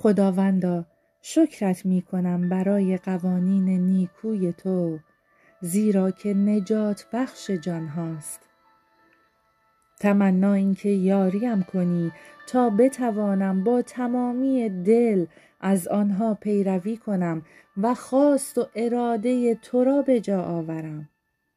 خداوندا شکرت می کنم برای قوانین نیکوی تو، زیرا که نجات بخش جان هاست. تمنا این که یاریم کنی تا بتوانم با تمامی دل از آنها پیروی کنم و خواست و اراده تو را به جا آورم.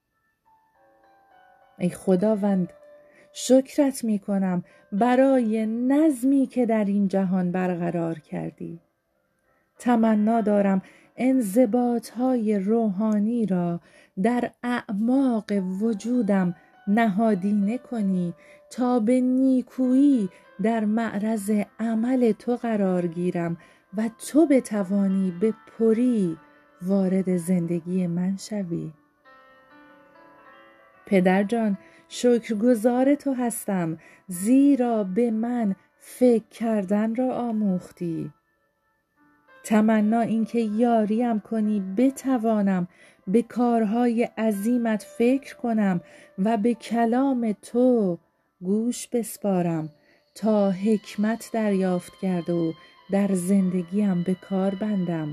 ای خداوند شکرت می کنم برای نظمی که در این جهان برقرار کردی. تمنا دارم انضباط‌های روحانی را در اعماق وجودم نهادینه کنی تا به نیکویی در معرض عمل تو قرار گیرم و تو بتوانی به پری وارد زندگی من شوی. پدر جان شکرگزار تو هستم، زیرا به من فکر کردن را آموختی. تمنا این که یاریم کنی بتوانم به کارهای عظیمت فکر کنم و به کلام تو گوش بسپارم تا حکمت دریافت کرده و در زندگیم به کار بندم.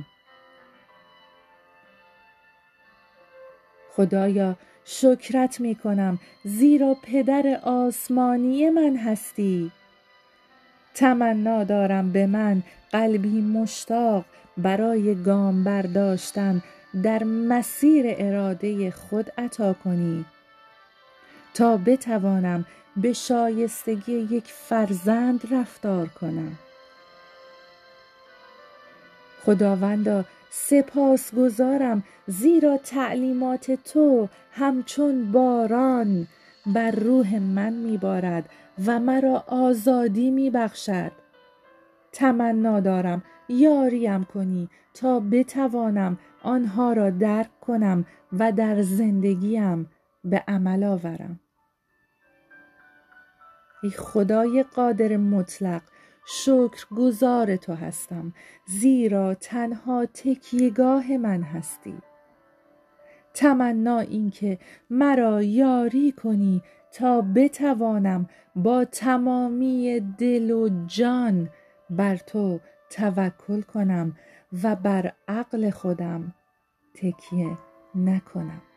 خدایا شکرت می کنم زیرا پدر آسمانی من هستی. تمنا دارم به من قلبی مشتاق برای گام برداشتن در مسیر اراده خود عطا کنی تا بتوانم به شایستگی یک فرزند رفتار کنم. خداوندا سپاسگزارم زیرا تعلیمات تو همچون باران بر روح من میبارد و مرا آزادی میبخشد. تمنا دارم یاریم کنی تا بتوانم آنها را درک کنم و در زندگیم به عمل آورم. ای خدای قادر مطلق شکرگزار تو هستم، زیرا تنها تکیهگاه من هستی. تمنا این که مرا یاری کنی تا بتوانم با تمامی دل و جان بر تو توکل کنم و بر عقل خودم تکیه نکنم.